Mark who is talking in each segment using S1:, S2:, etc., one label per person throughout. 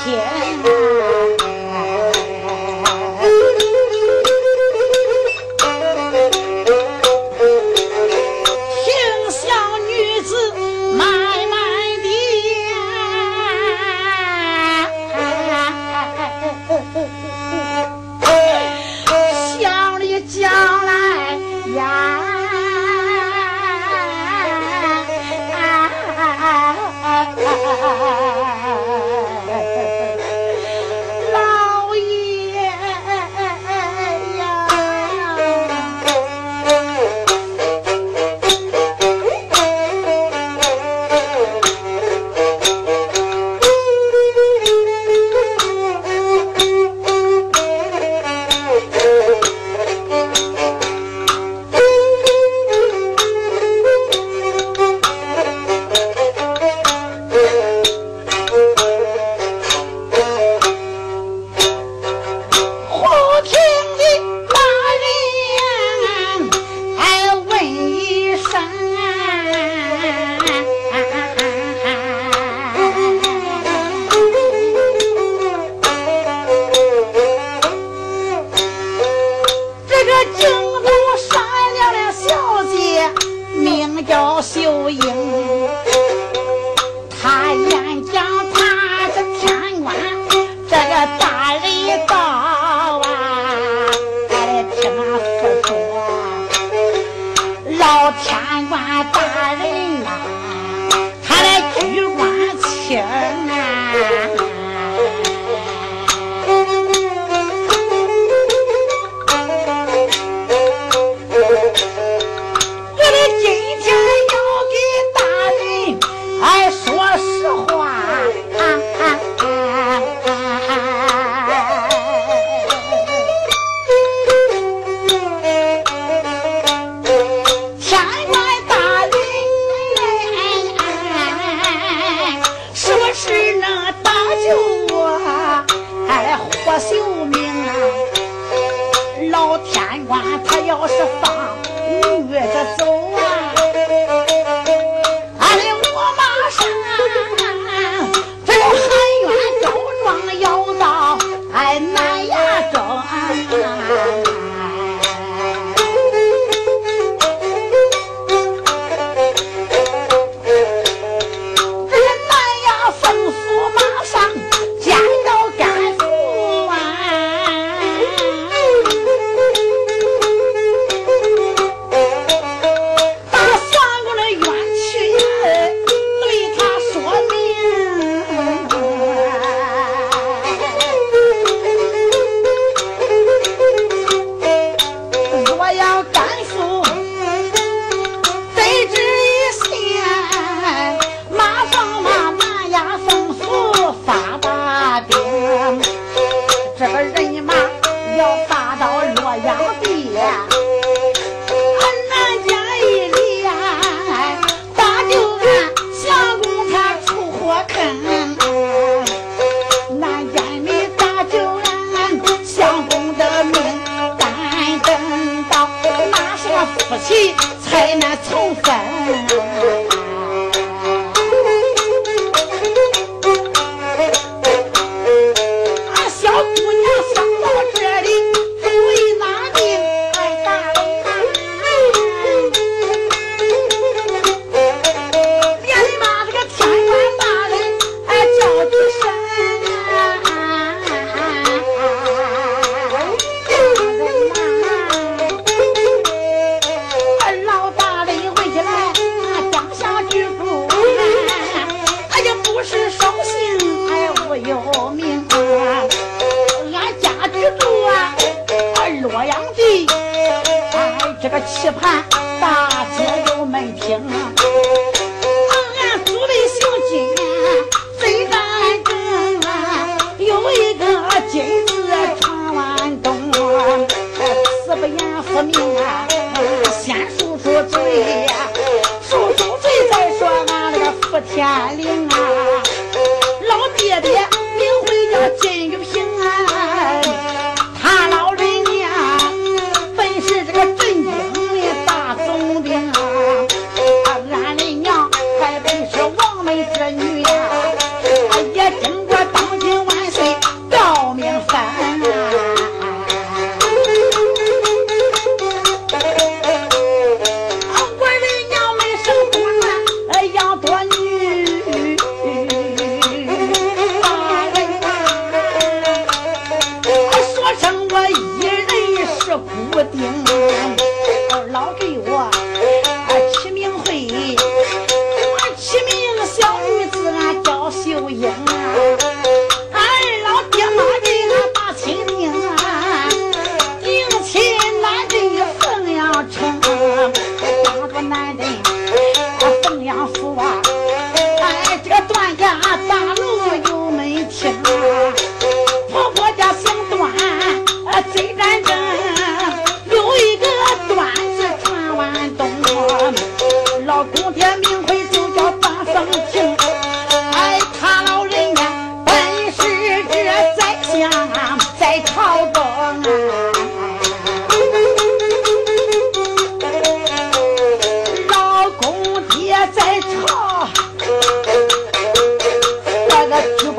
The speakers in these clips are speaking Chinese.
S1: 这女呀，也经过当今晚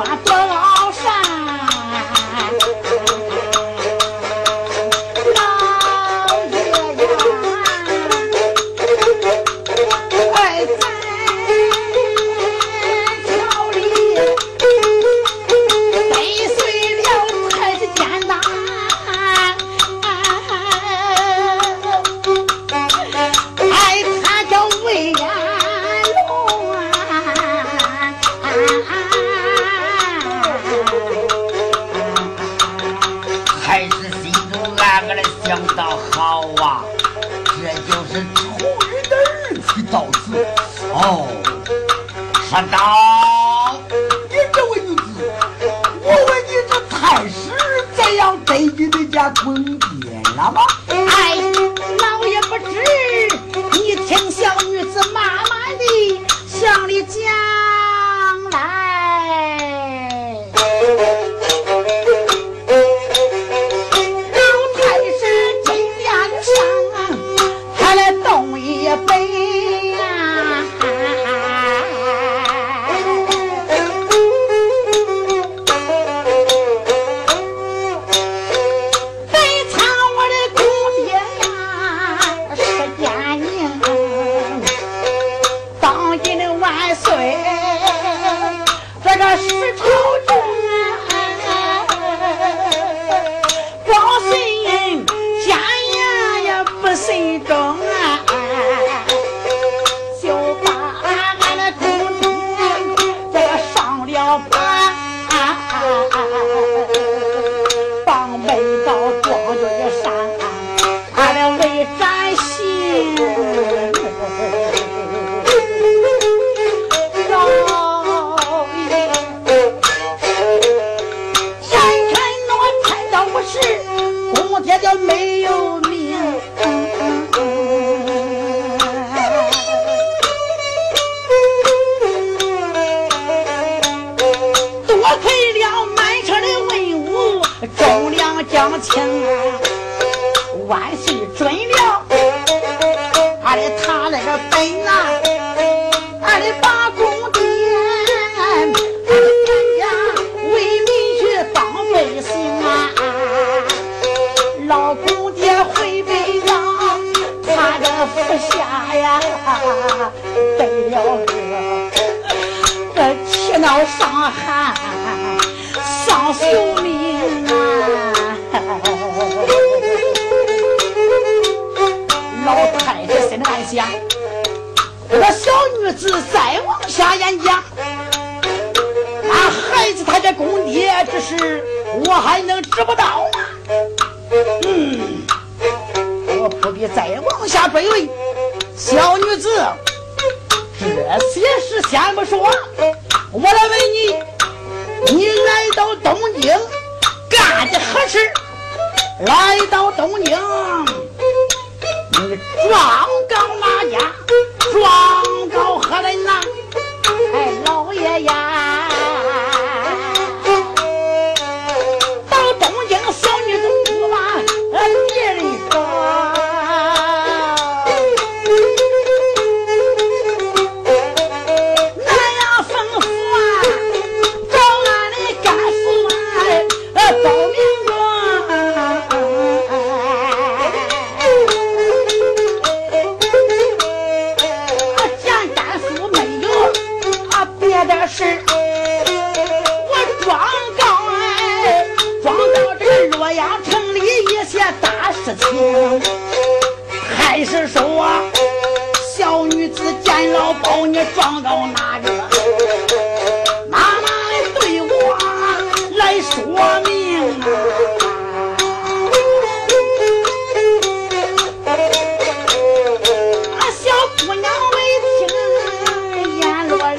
S1: 多高山，老爷呀，哎，在桥里背碎了才是简单，哎，他叫魏延龙
S2: 还是心中暗暗的想到好啊，这就是仇人的儿妻到此。哦，山道，你这位女子，我问你这太师这样对你的家公爹了吗？
S1: 哎，老爷不知，你听小女子慢慢的向你讲来。老太师金殿上，他来动一杯呀，非常我的公爹呀是奸佞，当今的万岁，这个石头中光信奸言也不信忠啊，就把俺的公爹这个上了班，帮被告装着的山，他的为斩刑。老爷，眼看我看到我是公爹就没有命，多亏了满车的文武重量将情，万岁准了俺的他那个本呐，俺的把公爹俺的全家为民去当百姓啊，老公爹回北洋，他的府下呀背了个气恼伤寒丧秀命啊，老太太心里暗想，这个小女子再往下演讲，那孩子他的公爹之事我还能知不到吗？我不必再往下追问。小女子，这些事先不说，我来问你，你来到东京干的何事？来到东京，你状告哪家？状告何人呐？哎，老爷呀，到东京小女子不把别人说，南阳吩咐啊，找俺的干父啊，报名状。的事，我状告状告这个洛阳城里一些大事情，还是说小女子见老包，你状告哪个？慢慢的对我来说明啊！小姑娘为听眼落泪。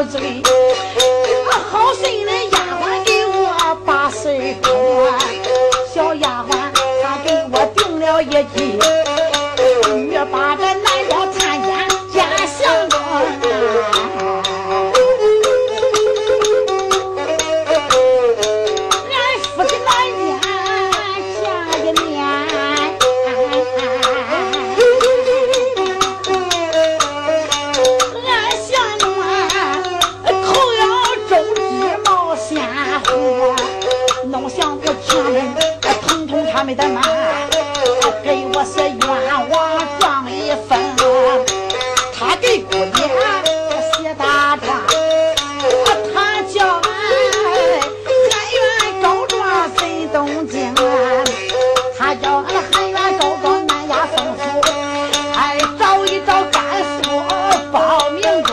S1: 嘴，好心的丫鬟给我把事通啊，小丫鬟她给我定了一计，越把这南庄参见家相公。他没得骂，给我是冤枉状一份，他给姑娘写大状，他叫俺汉元告状谁东京，他叫俺汉元告状南衙封府，还找一找甘肃报名中。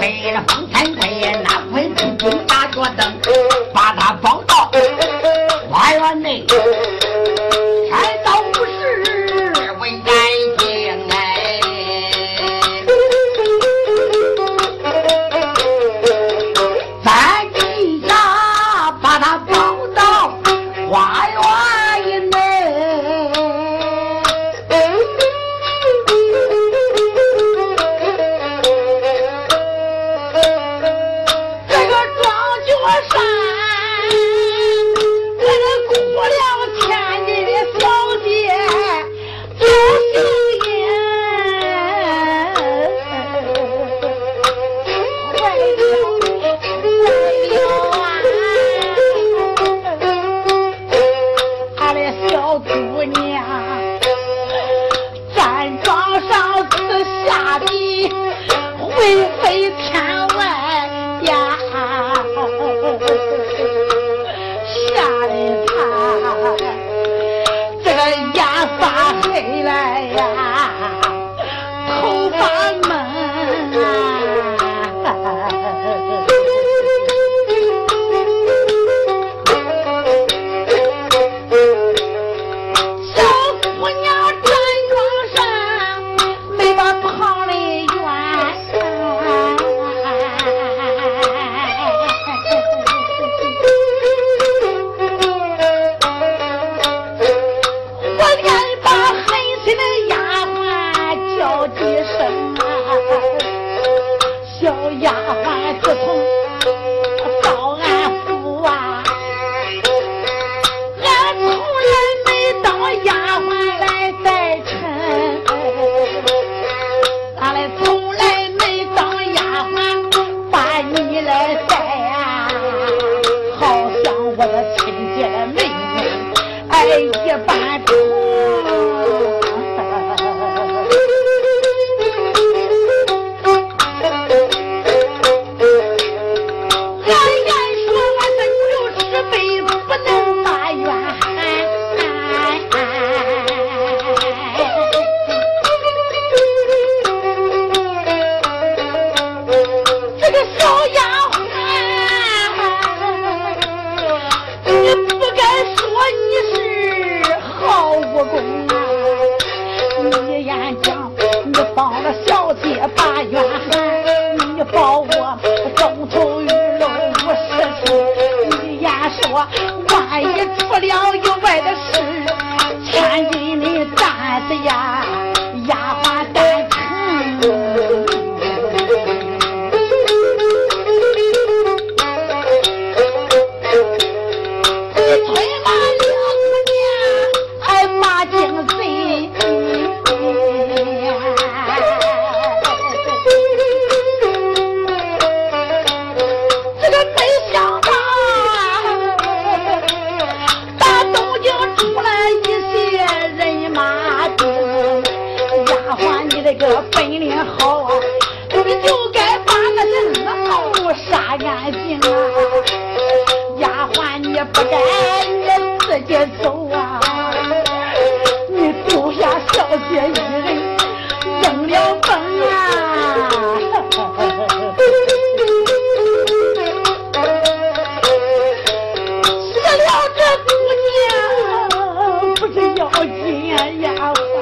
S2: 推着风餐推，那回不中打着灯，把他绑到花园内，开到午时为干净哎。在地下把他绑到花园内。
S1: 飞飞天外呀，吓得他这个眼发黑来呀，头发闷啊。小姑娘站床上，没把旁里小丫鬟自从到俺府啊，俺从来没当丫鬟来带衬，俺来从来没当丫鬟把你来带啊，好像我的亲姐的妹妹哎一般同。万一出了意外的事，千金你担子呀，丫鬟担成。你催马两年，哎马精贼，这个没想到。这个本领好啊，你就该把那些恶狗杀干净啊！丫鬟你不该你自己走啊，你丢下小姐一人扔了崩啊！死了这姑娘不是要紧呀，丫鬟。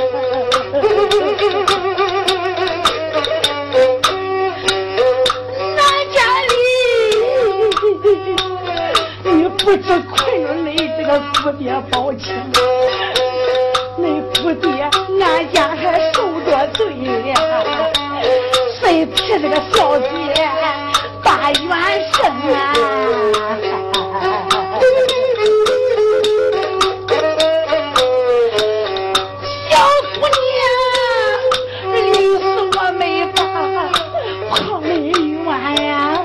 S1: 不知亏了你这个父爹包情，你父爹俺家还受着罪呀，谁替这个小姐把冤伸啊？小姑娘，临死我没法旁人冤呀。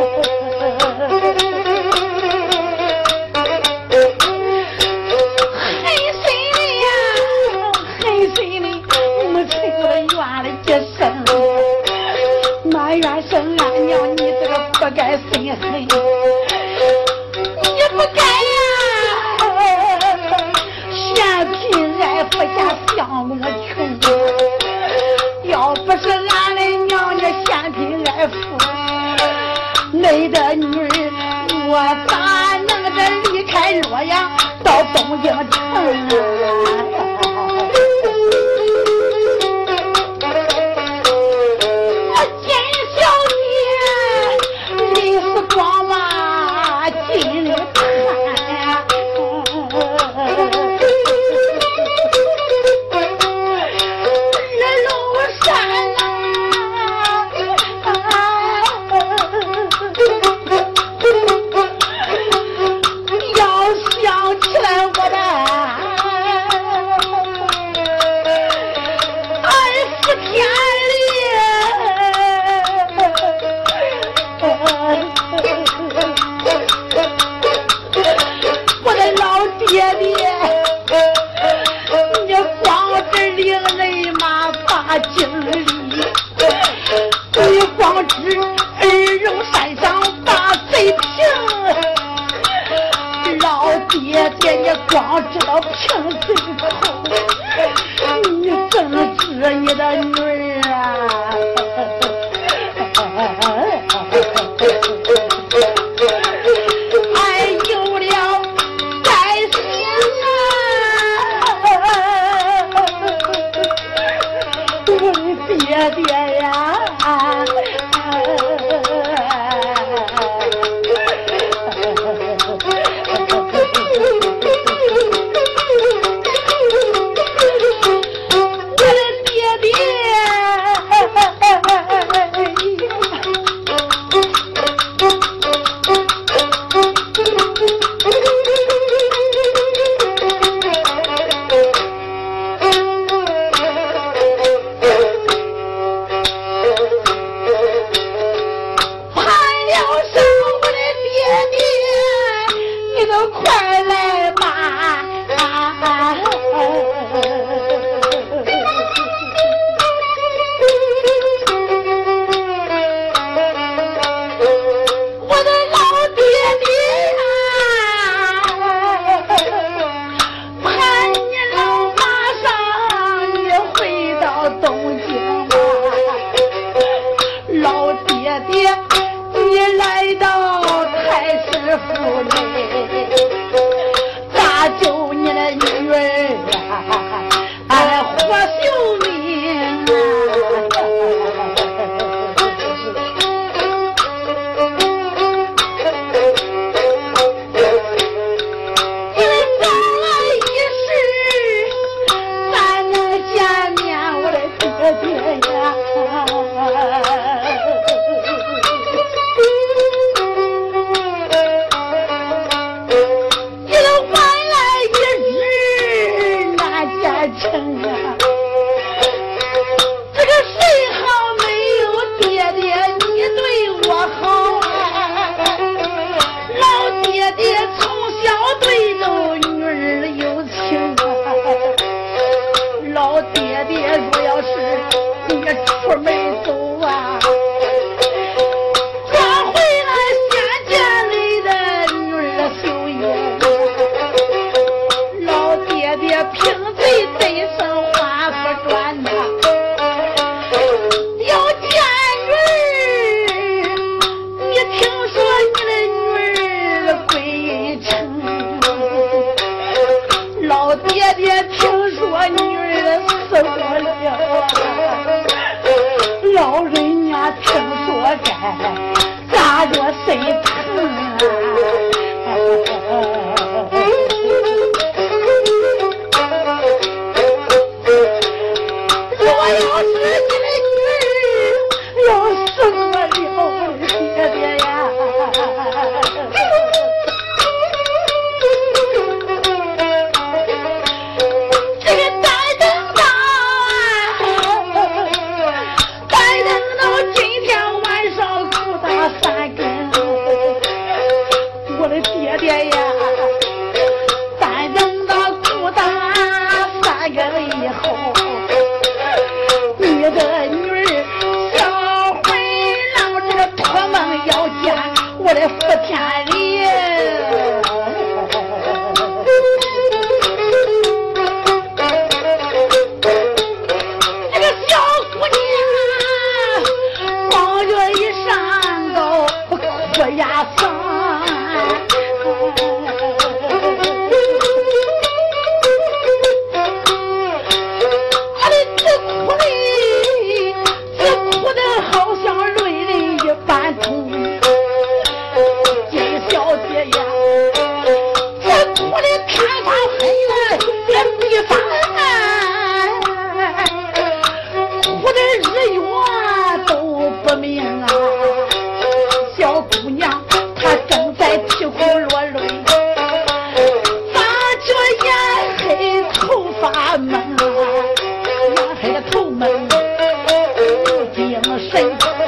S1: 埋怨生俺娘，你这个不该心狠，你不该呀，嫌贫爱富下相公穷。要不是俺的娘家嫌贫爱富， 为的女儿，我咋能这离开洛阳到东京城啊？金小姐泪丝光嘛进了看，那龙山呐，要想起来我的爱福天里，我的老爹爹，你光是领人马把经历，你光知二龙山上把贼平，老爹爹你光知道平贼口，你怎么治你的女儿啊？哎，有了该死啊！我的爹爹呀！我的爹爹。喊了声我的爹爹，你都快来吧！我的老爹爹啊，盼你老马上你回到东京吧，老爹爹你来到太师府内，咋救你的女儿啊？活秀命啊！因为早来一时，咱能见面，我的爹爹呀！你都晚来一日难见成啊！这个谁好没有爹爹你对我好啊？老爹爹从小对着女儿有情啊！老爹爹若要是你出门走啊，抓回来先见你的女儿秀英，老爹爹凭贼得胜花不转呐，要见女儿，你听说你的女儿归城，老爹爹听说女儿死不了啊，老人家听说该咋着谁疼啊？若要是你的女儿要死过了，爹爹呀！这个待等到今天晚上鼓打三更，我的爹爹呀！待等到鼓打三更以后，你的女儿小回让这个托梦要见我的福天里。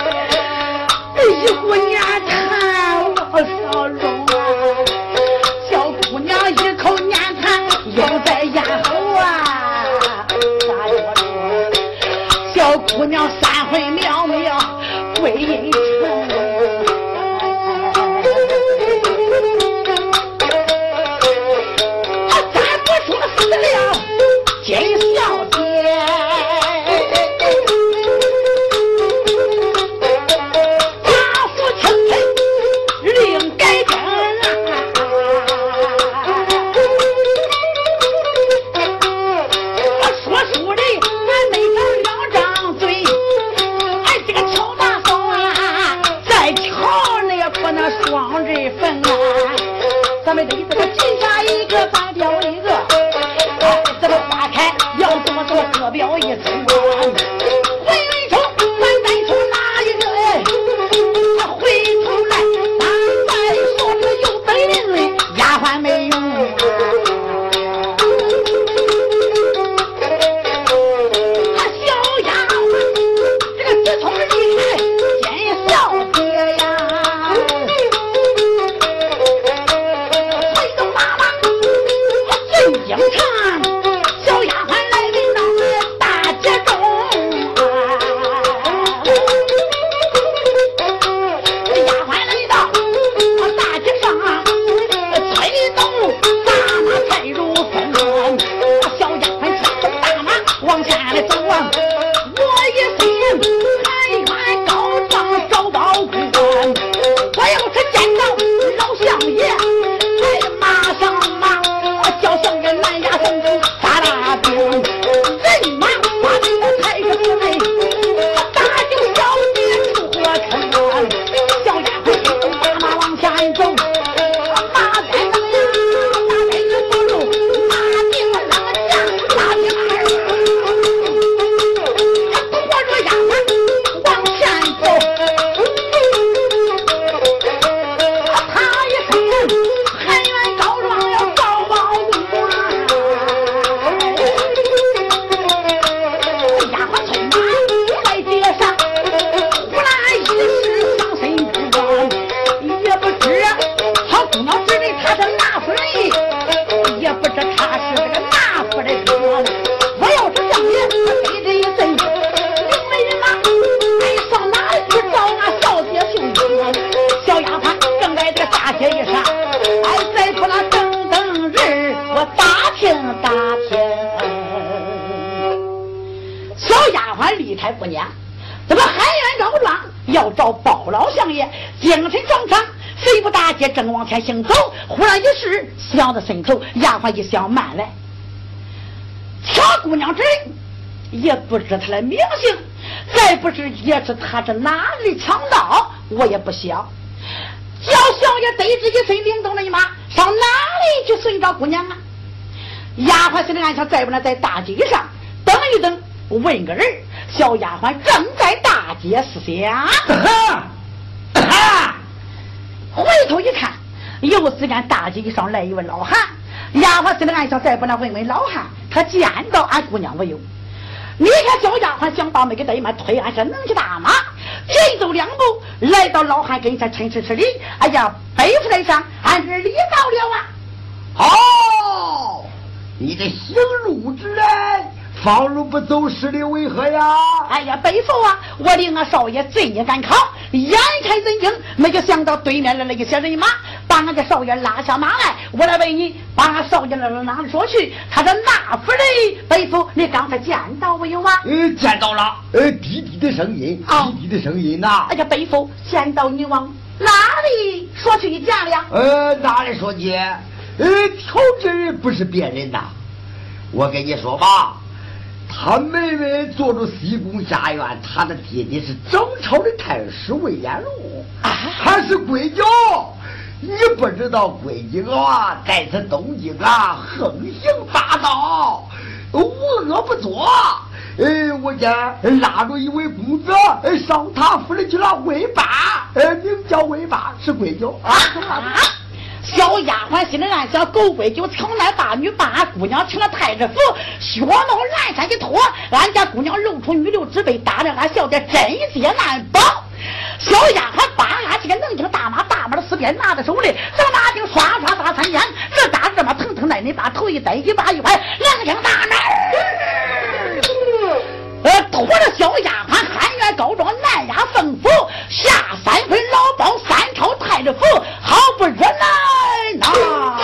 S1: 一姑娘看我少容啊，小姑娘一口念谈又在咽喉啊，咋着着？小姑娘三回苗苗归阴城，咱不说死了金小姐。咱们得这个进下一个，反表一个，这个花开要这么各表一层啊。回来说，咱再说哪一个人？他回头来，咱再说这个有本领的丫鬟没用啊。小丫鬟，这个自从离开见小姐呀。经常小丫鬟来领到大街中丫鬟来到大街上，催动大马快如风，小丫鬟催动大马往下来走啊，我一心喊喊高张找到官，我要是见到老相爷马上马叫相爷南衙圣主撒大兵，人马把那个太师之内，打进小姐出火坑，小丫鬟大马往下一走，马在那呀，马在这不路，马定那个家，马定二，拖着丫鬟往前走，他一声喊冤告状要找保护。丫鬟催马在街上，忽然一时上身不光，也不知好姑娘知的他是哪夫人，也不知他是这个哪夫人。我要是相爷，背着一阵领了人马，哎，上哪里去找俺小姐秀英？小丫鬟正在这大街一上，哎，再不那等等人，我打听打听。小丫鬟离开姑娘，这个喊冤告状要找包老相爷，精神爽畅，谁不大街正往前行走，忽然一时想到身头，丫鬟一想慢来，小姑娘之人也不知她的名姓，再不知也是她是哪里强盗，我也不晓。叫小爷得知一身领动了一马，上哪里去寻找姑娘啊？丫鬟心里暗想，再不能在大街上等一等，问个人。小丫鬟正在大街思想，回头一看，又是看大街上来一位老汉。丫鬟心里暗想，再不能问问老汉，他见到俺姑娘没有？你看小丫鬟想到没给怠慢，推俺是能骑大马，进走两步，来到老汉跟前，嗔嗔施礼。哎呀，背负在上，俺是礼到了啊！
S2: 好，你的行路之人，放路不走失的为何呀？
S1: 哎呀，背负啊！我领俺少爷贼也敢考，眼开人影，没有想到对面来了一些人马，把俺的少爷拉下马来。我来问你，把俺少爷来到哪里说去？他说那夫人背负，你刚才见到没有啊？
S2: 见到了。滴滴的声音，滴滴的声音呐。
S1: 哎呀，背负，见到你往哪里说去？你讲了？
S2: 哪里说去？条子不是别人呐。我跟你说吧。他妹妹做着西宫下院，他的爹爹是正朝的太师魏延禄，还是闺女。你不知道闺女啊，在此东京啊，横行霸道，无恶不作。我家拉着一位公子上他府里去了，魏霸，名叫魏霸，是闺女啊。
S1: 小丫鬟心里暗想，狗闺就从来把女把俺姑娘请了太师府，血冒蓝山一脱，俺家姑娘露出女流之辈，打着俺小姐真些难保。 鞭拿在手里，这马丁刷刷打3天，这打这么腾腾的，你把头一呆，一把一歪，两声大门。拖着小丫鬟汉元高庄南衙凤府下3回老包3朝太子府，好不热闹呐！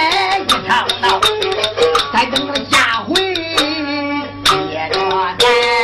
S2: 再等到下回接着来。